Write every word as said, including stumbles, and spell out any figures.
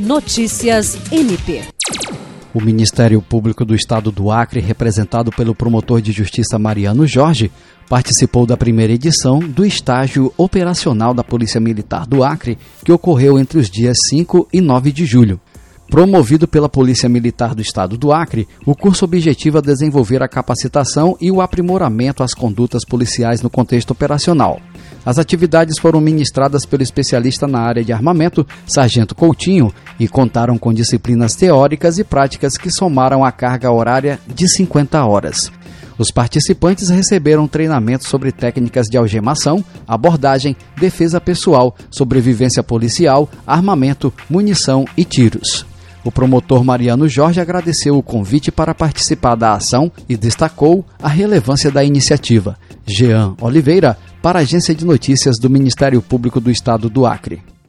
Notícias M P. O Ministério Público do Estado do Acre, representado pelo promotor de justiça Mariano Jorge, participou da primeira edição do estágio operacional da Polícia Militar do Acre, que ocorreu entre os dias cinco e nove de julho. Promovido pela Polícia Militar do Estado do Acre, o curso objetiva desenvolver a capacitação e o aprimoramento às condutas policiais no contexto operacional. As atividades foram ministradas pelo especialista na área de armamento, Sargento Coutinho, e contaram com disciplinas teóricas e práticas que somaram a carga horária de cinquenta horas. Os participantes receberam treinamento sobre técnicas de algemação, abordagem, defesa pessoal, sobrevivência policial, armamento, munição e tiros. O promotor Mariano Jorge agradeceu o convite para participar da ação e destacou a relevância da iniciativa. Jean Oliveira, para a Agência de Notícias do Ministério Público do Estado do Acre.